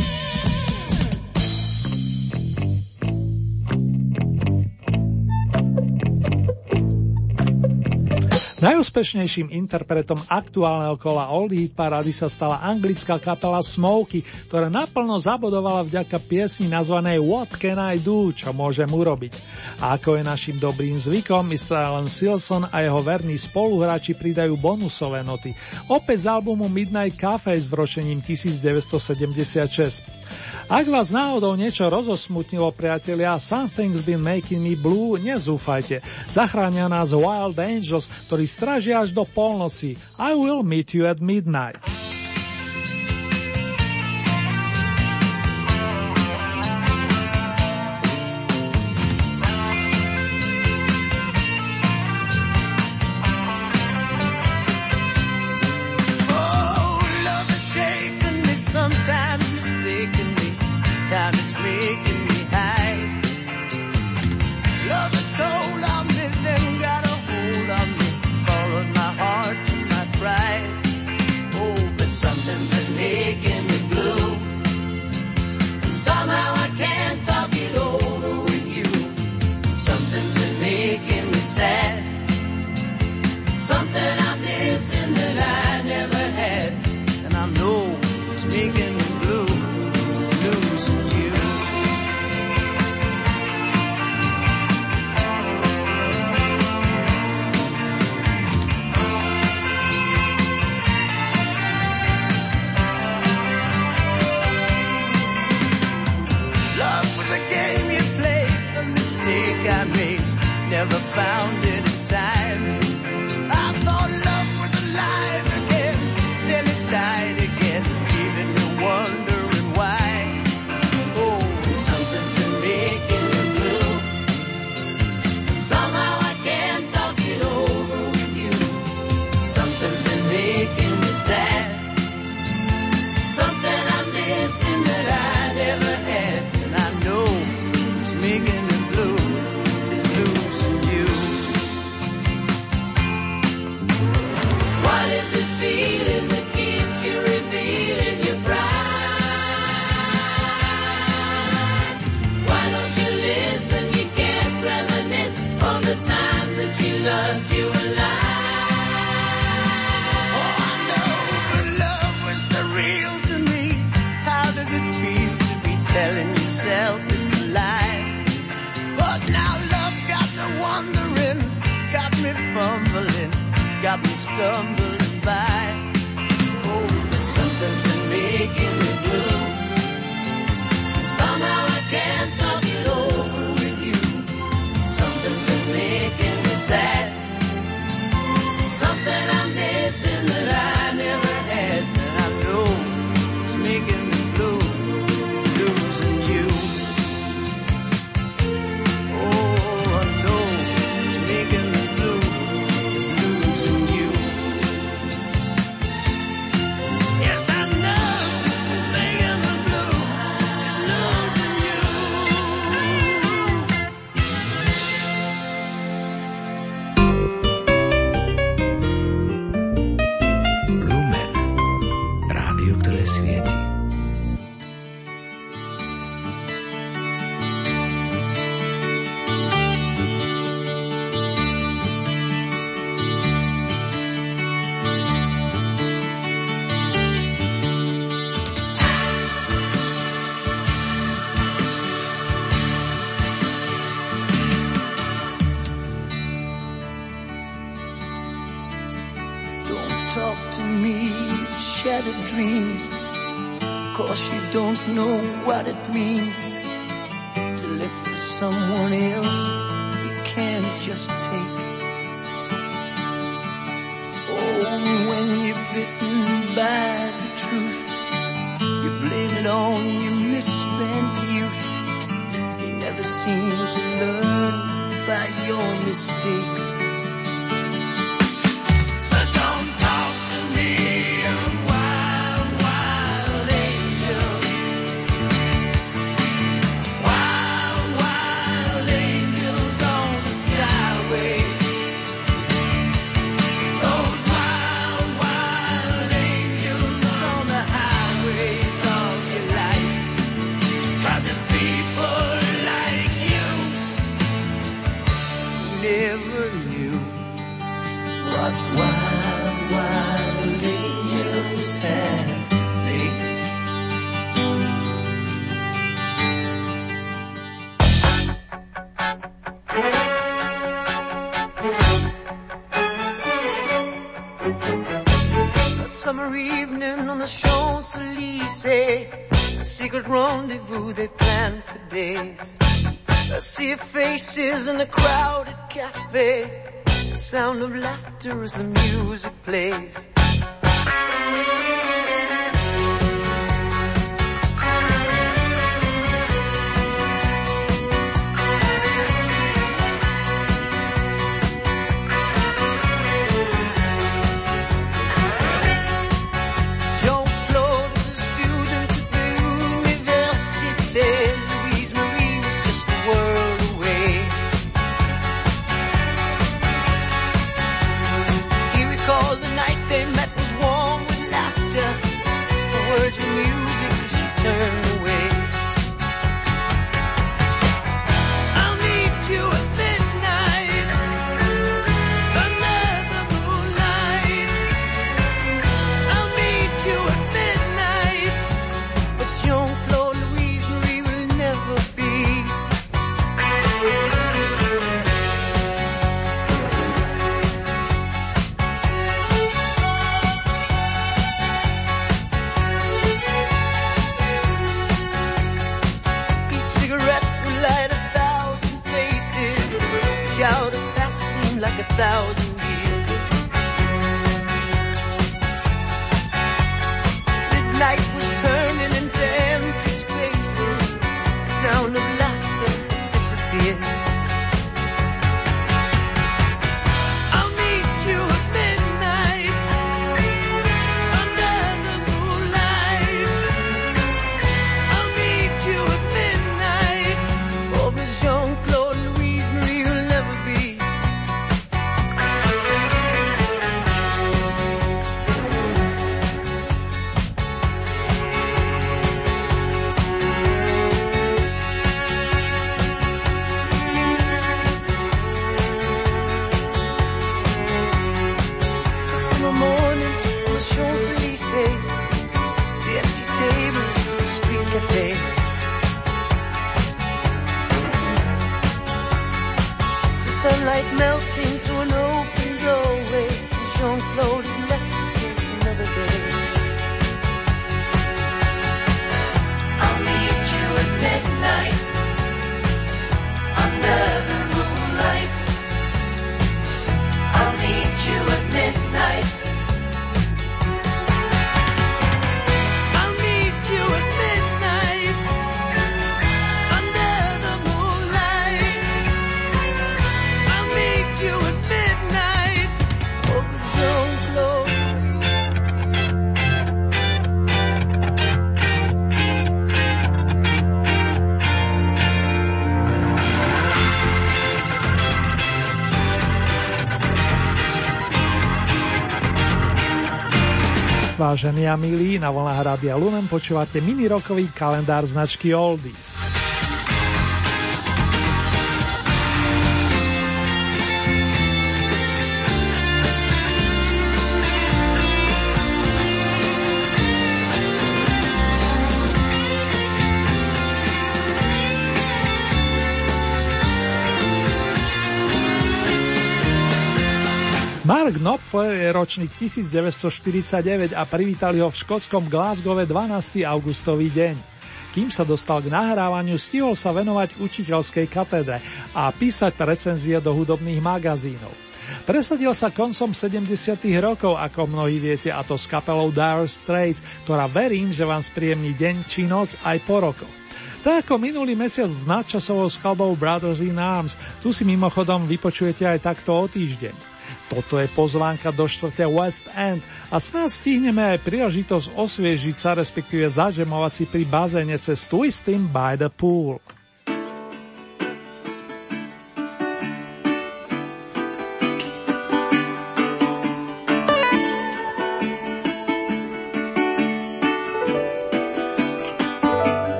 Najúspešnejším interpretom aktuálneho kola Oldie Hit Parády sa stala anglická kapela Smokey, ktorá naplno zabodovala vďaka piesni nazvanej What Can I Do, čo môžem urobiť. A ako je našim dobrým zvykom, Mr. Alan Silson a jeho verní spoluhráči pridajú bonusové noty. Opäť z albumu Midnight Cafe s vročením 1976. Ak vás náhodou niečo rozosmutnilo, priatelia, Something's Been Making Me Blue, nezúfajte. Zachránia nás Wild Angels, ktorí strážia až do polnoci. I will meet you at midnight. Sometimes mistakenly, this time it's making me high. Love has told on me, then got a hold on me, followed my heart to my pride. Oh, but something's been making me blue, and somehow I can't talk it over with you. Something's been making me sad, something I'm missing that I never had, and I know making me blue, it's losing you. mistake I made. Never found it in time. I thought love was alive again, then it died again, leaving me wondering why. Oh, something's been making me blue. Somehow I can't talk it over with you. Something's been making me sad. Something I'm missing that I never had. And I know it's making me blue. It's losing you. What is this feeling that keeps you revealing your pride? Why don't you listen? You can't reminisce on the times that you loved you alive. Oh, I know, but love was surreal to me. How does it feel to be telling yourself it's a lie? But now love's got me wondering, got me fumbling, got me stumbling by. Oh, but something's been making me blue. Somehow I can't talk it over with you. Something's been making me sad. Something I'm missing that I never had. And I know it's making me blue. It's losing you. Oh, I know it's making me blue. It's losing you. Yes, I know it's making me blue. It's losing you. Lumen. Rádio, ktoré svieti. Don't talk to me of shattered dreams, 'cause you don't know what it means to live for someone else you can't just take. Oh, when you're bitten by the truth, you blame it on your misspent youth. You never seem to learn by your mistakes. So don't talk to me of wild, wild angels. Wild, wild angels on the skyway. Those wild, wild angels on the highways of your life. 'Cause it's people like you who never knew what wild, wild angels have to face. A summer evening on the Champs-Élysées, a secret rendezvous they planned for days. I see your faces in a crowded cafe, the sound of laughter as the music plays. Jean-Claude was a student at the Université. Louise Marie was just a world away. He recalled the night they like 1,000 years. Midnight was turning into empty spaces. The sound of laughter disappeared. I'll meet you at midnight under the moonlight. I'll meet you at midnight. Oh, Miss Jean-Claude Louise Marie will never be. Summer morning on the Champs-Élysées, the empty table, the street cafes. The sunlight melting through an open doorway. Jean-Claude is left to face another day. I'll meet you at midnight under the moonlight. I'll meet you at midnight. I'll meet you at midnight under the moonlight. I'll meet you at midnight. Oh, Jean-Claude. Vážení a milí, na vlnách Rádia Lumen počúvate mini-rokový kalendár značky Oldies. Mark Knopfler je ročník 1949 a privítali ho v škótskom Glasgowe 12. augustový deň. Kým sa dostal k nahrávaniu, stihol sa venovať učiteľskej katedre a písať recenzie do hudobných magazínov. Presadil sa koncom 70. rokov, ako mnohí viete, a to s kapelou Dire Straits, ktorá verím, že vám spríjemní deň či noc aj po rokoch. Tak ako minulý mesiac s nadčasovou skladbou Brothers in Arms, tu si mimochodom vypočujete aj takto o týždeň. Toto je pozvánka do štvrte West End a snáď stihneme aj príležitosť osviežiť sa, respektíve zažemovať si pri bazéne cez Twisting by the Pool.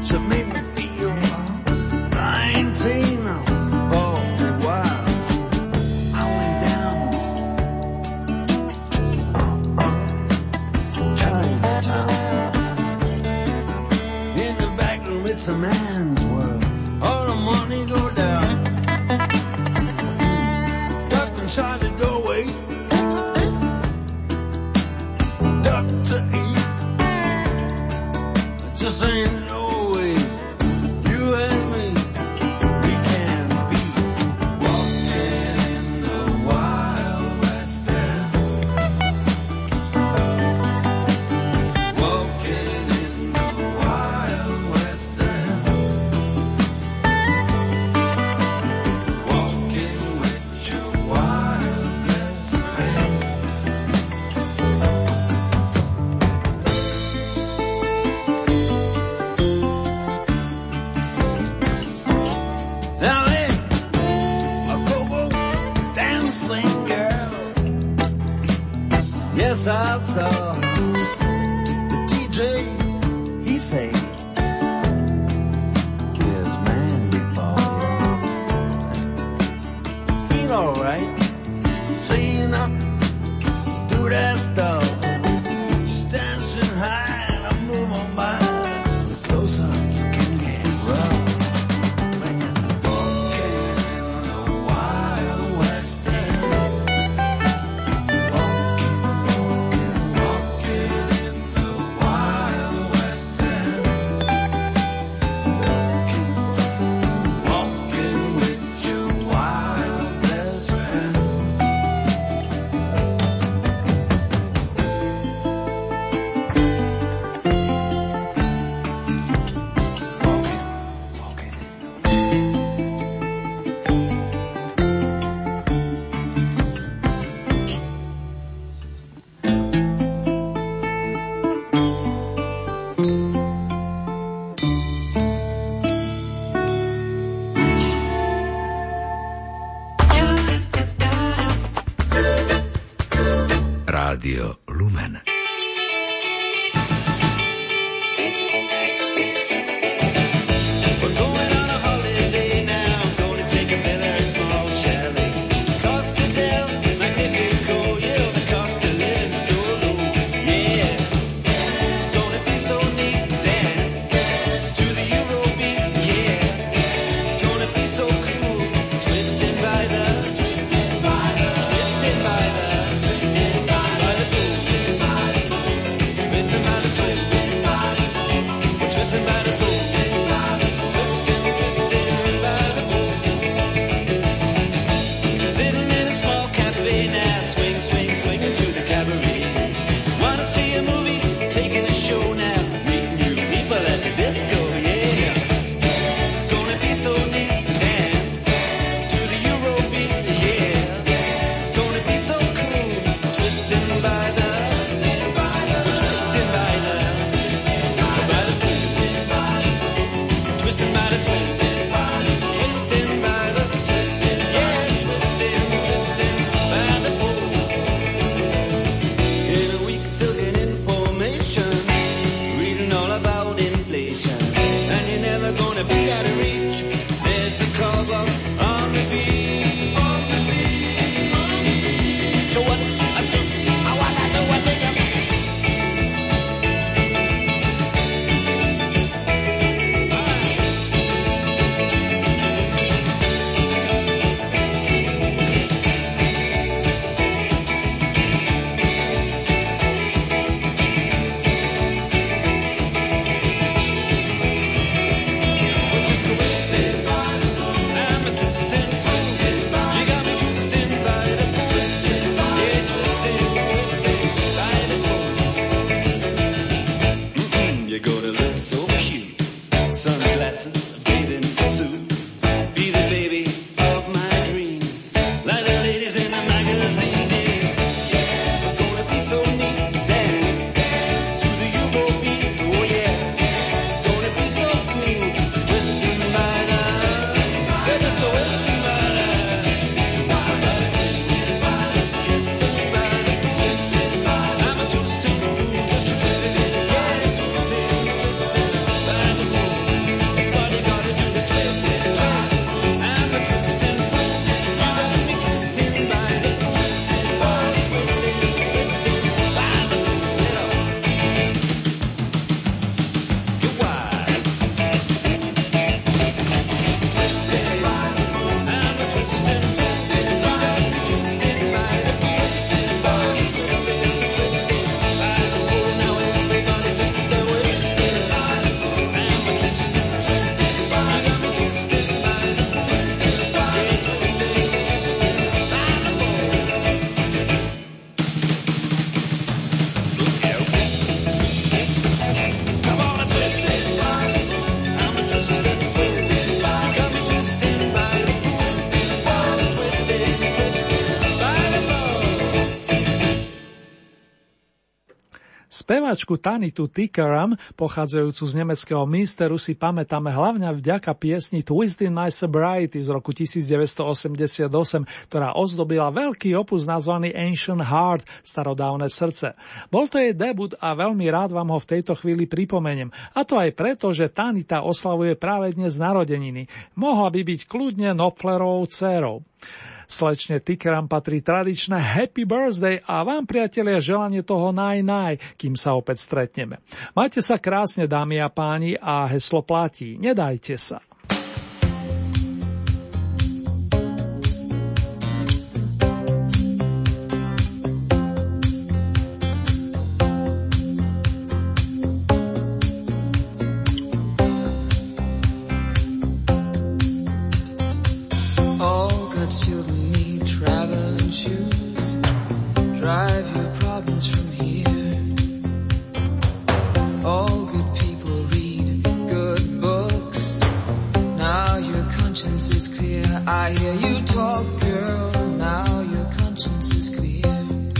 to make me feel 19. Oh, wow. I went down Chinatown. In the back room, it's a man's world. All the money go down. Duck inside the doorway. Duck to eat. It just ain't no way. You and me, we can be walking in the Wild West End. Walking in the Wild West End. Walking with your wild best friend. Now hey, a go-go dancing girl. Yes, I saw the DJ. He say, "There's man before you." Feel alright, seeing up, do that stuff. She's dancing high and I move on by. The close-ups can get rough. Rádio Lumen. We're going on a holiday now. Gonna take a Miller small chalet. Costa del Magnifico, yeah, the cost of living so low. Yeah, gonna be so neat. Dance to the Eurobeat. Yeah, gonna be so cool. Twisted by the, twisted by the, twisted by the, twisted by the, twisted by the, twisted by the, twisted by the, we're twisted by the. Sitting in a small cafe now, swing, swing, swinging to the cabaret. Wanna see a movie, taking a show now, meeting new people at the disco, yeah. Gonna be so neat, dance to the Eurobeat, yeah. Gonna be so cool, twisting by the, we're twisting by the, by the, twisting by Speváčku Tanitu Tikaram, pochádzajúcu z nemeckého Münsteru, si pamätáme hlavne vďaka piesni Twist in My Sobriety z roku 1988, ktorá ozdobila veľký opus nazvaný Ancient Heart, starodávne srdce. Bol to jej debut a veľmi rád vám ho v tejto chvíli pripomeniem. A to aj preto, že Tanita oslavuje práve dnes narodeniny. Mohla by byť kľudne Knopflerovou dcérou. Slečne Tikaram patrí tradičné Happy Birthday a vám, priatelia, želanie toho naj, kým sa opäť stretneme. Majte sa krásne, dámy a páni, a heslo platí: nedajte sa. I hear you talk, girl, now your conscience is clear.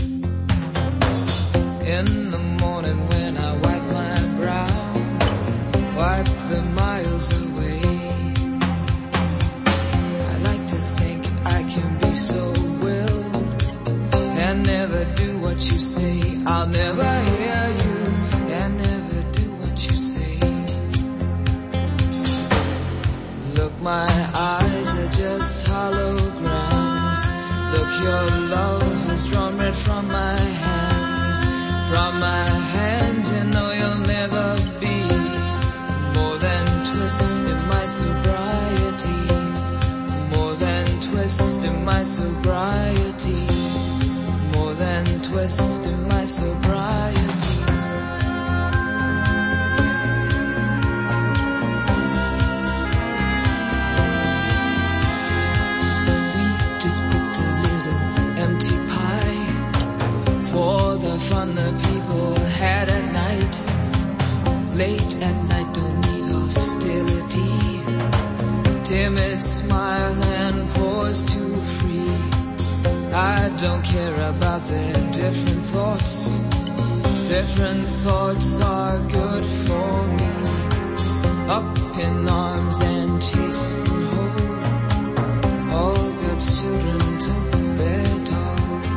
In the morning when I wipe my brow, wipe the miles away, I like to think I can be so willed and never do what you say. I'll never hear you and never do what you say. Look, my eyes are just holograms. Look, your love has drawn red from my hands. From my hands, you know you'll never be more than twist in my sobriety. More than twist in my sobriety. More than twist in my sobriety. Fun the people had at night. Late at night, don't need hostility. Timid smile and pause too free. I don't care about their different thoughts. Different thoughts are good for me. Up in arms and chased and whole. All good children took their toll.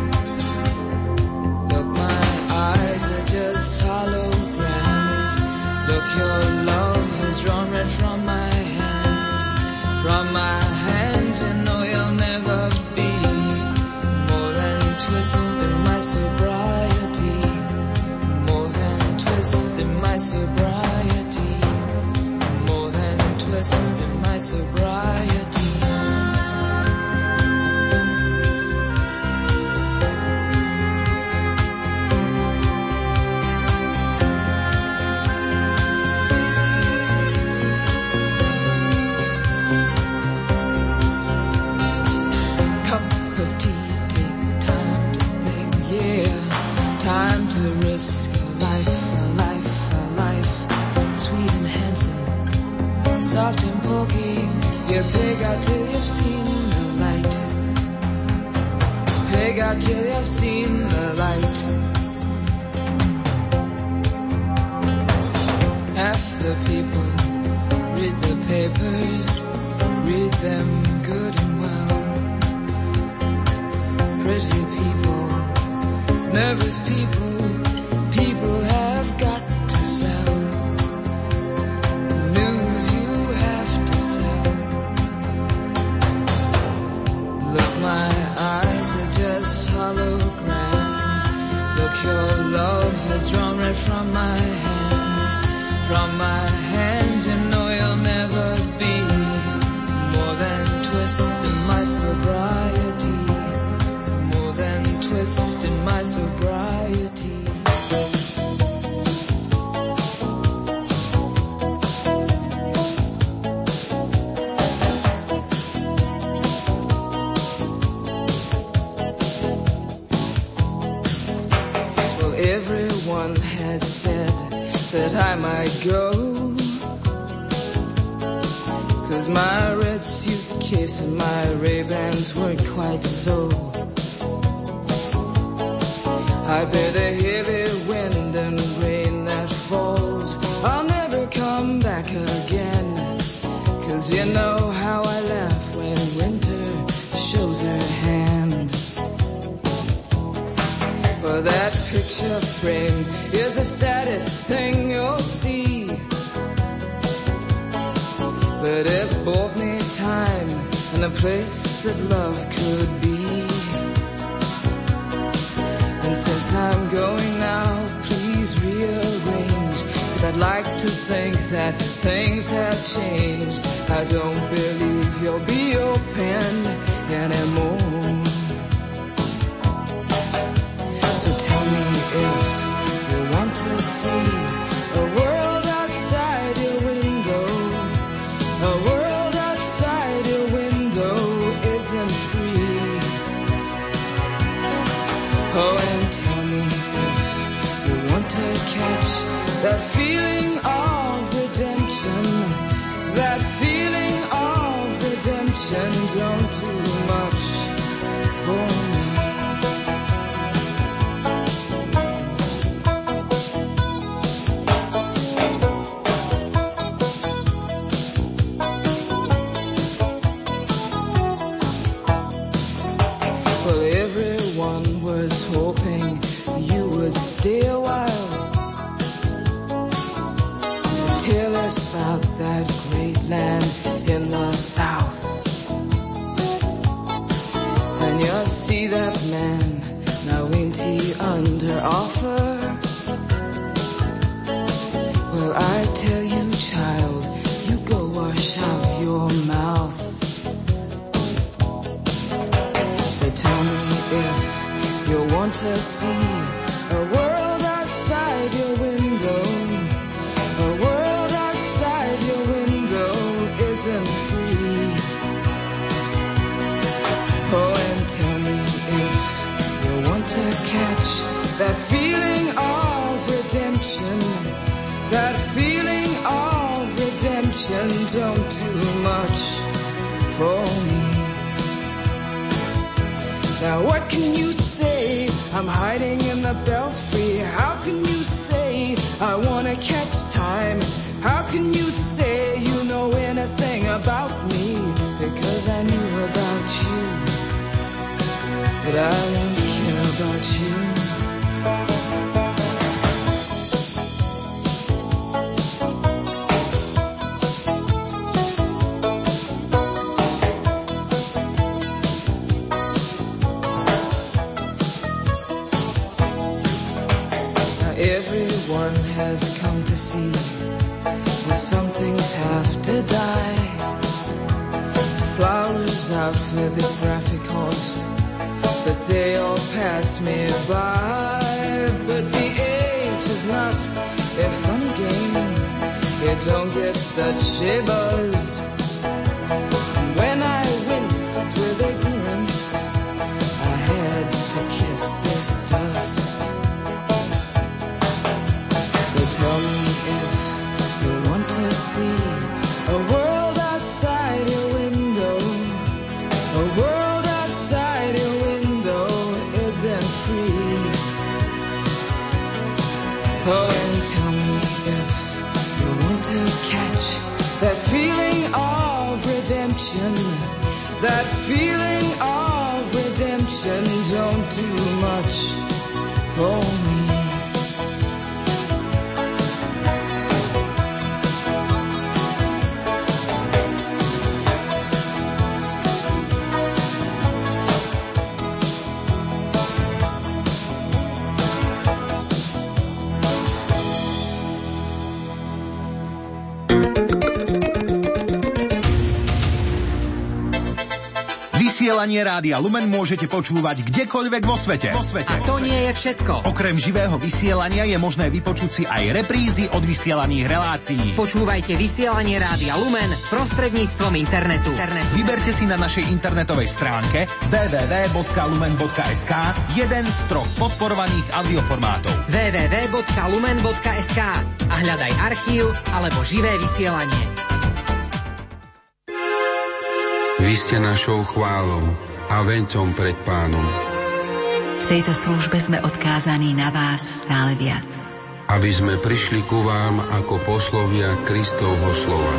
Eyes are just holograms. Look, your love has drawn red from my hands. From my hands, you know you'll never be more than twist in my sobriety. More than twist in my sobriety. More than twist in my sobriety. Time to risk a life, sweet and handsome, soft and pokey. You pig out till you've seen the light. Pig out till you've seen the light. Half the people read the papers, read them good and well. Pretty people, nervous people, people have got to sell. News you have to sell. Look, my eyes are just holograms. Look, your love has drawn red from my hands. From my hands, you know you'll never be more than twist in my sobriety. More than twist in my sobriety. Well, everyone had said that I might go, 'cause my red suitcase and my Ray-Bans weren't quite so. I bear the heavy wind and rain back again. 'Cause you know how I laugh when winter shows her hand. For that picture frame is the saddest thing you'll see. But it bought me time and a place that love could be. And since I'm going now, please rearrange. 'Cause I'd like to think that things have changed. I don't believe you'll be open anymore. So tell me if you want to see a world outside your window. A world outside your window isn't free. Oh, and tell me if you want to catch that feeling of redemption. That feeling of redemption. Don't do much for me. Stay a while, tell us about that great land in the south. And you'll see that man, now ain't he under offer? Well, I tell you, child, you go wash out your mouth. So tell me if you want to see a world outside your window. A world outside your window isn't free. Oh, and tell me if you want to catch that feeling of redemption. That feeling of redemption. Don't do much for me. Now what can you say? I'm hiding in the belfry. How can you say I wanna catch time? How can you say you know anything about me? Because I knew about you, but I don't care about you. Everyone has come to see that some things have to die. Flowers out for this graphic horse, but they all pass me by. But the age is not a funny game. It don't get such a buzz. When I winced with ignorance, I had to kiss this dust. Tell me if you want to see a world outside your window. A world outside your window isn't free. Oh, and tell me if you want to catch that feeling of redemption. That feeling of redemption. Don't do much for me. Vysielanie Rádia Lumen môžete počúvať kdekoľvek vo svete. A to nie je všetko. Okrem živého vysielania je možné vypočuť si aj reprízy od vysielaných relácií. Počúvajte vysielanie Rádia Lumen prostredníctvom internetu. Vyberte si na našej internetovej stránke www.lumen.sk jeden z troch podporovaných audioformátov. www.lumen.sk a hľadaj archív alebo živé vysielanie. Vy ste našou chválou a vencom pred Pánom. V tejto službe sme odkázaní na vás stále viac. aby sme prišli ku vám ako poslovia Kristovho slova.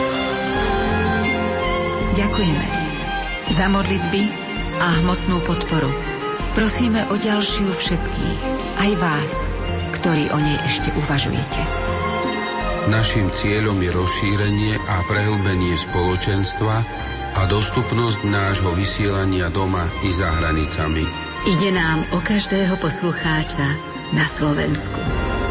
Ďakujeme za modlitby a hmotnú podporu. Prosíme o ďalšiu všetkých, aj vás, ktorí o nej ešte uvažujete. Naším cieľom je rozšírenie a prehlbenie spoločenstva a dostupnosť nášho vysielania doma i za hranicami. Ide nám o každého poslucháča na Slovensku.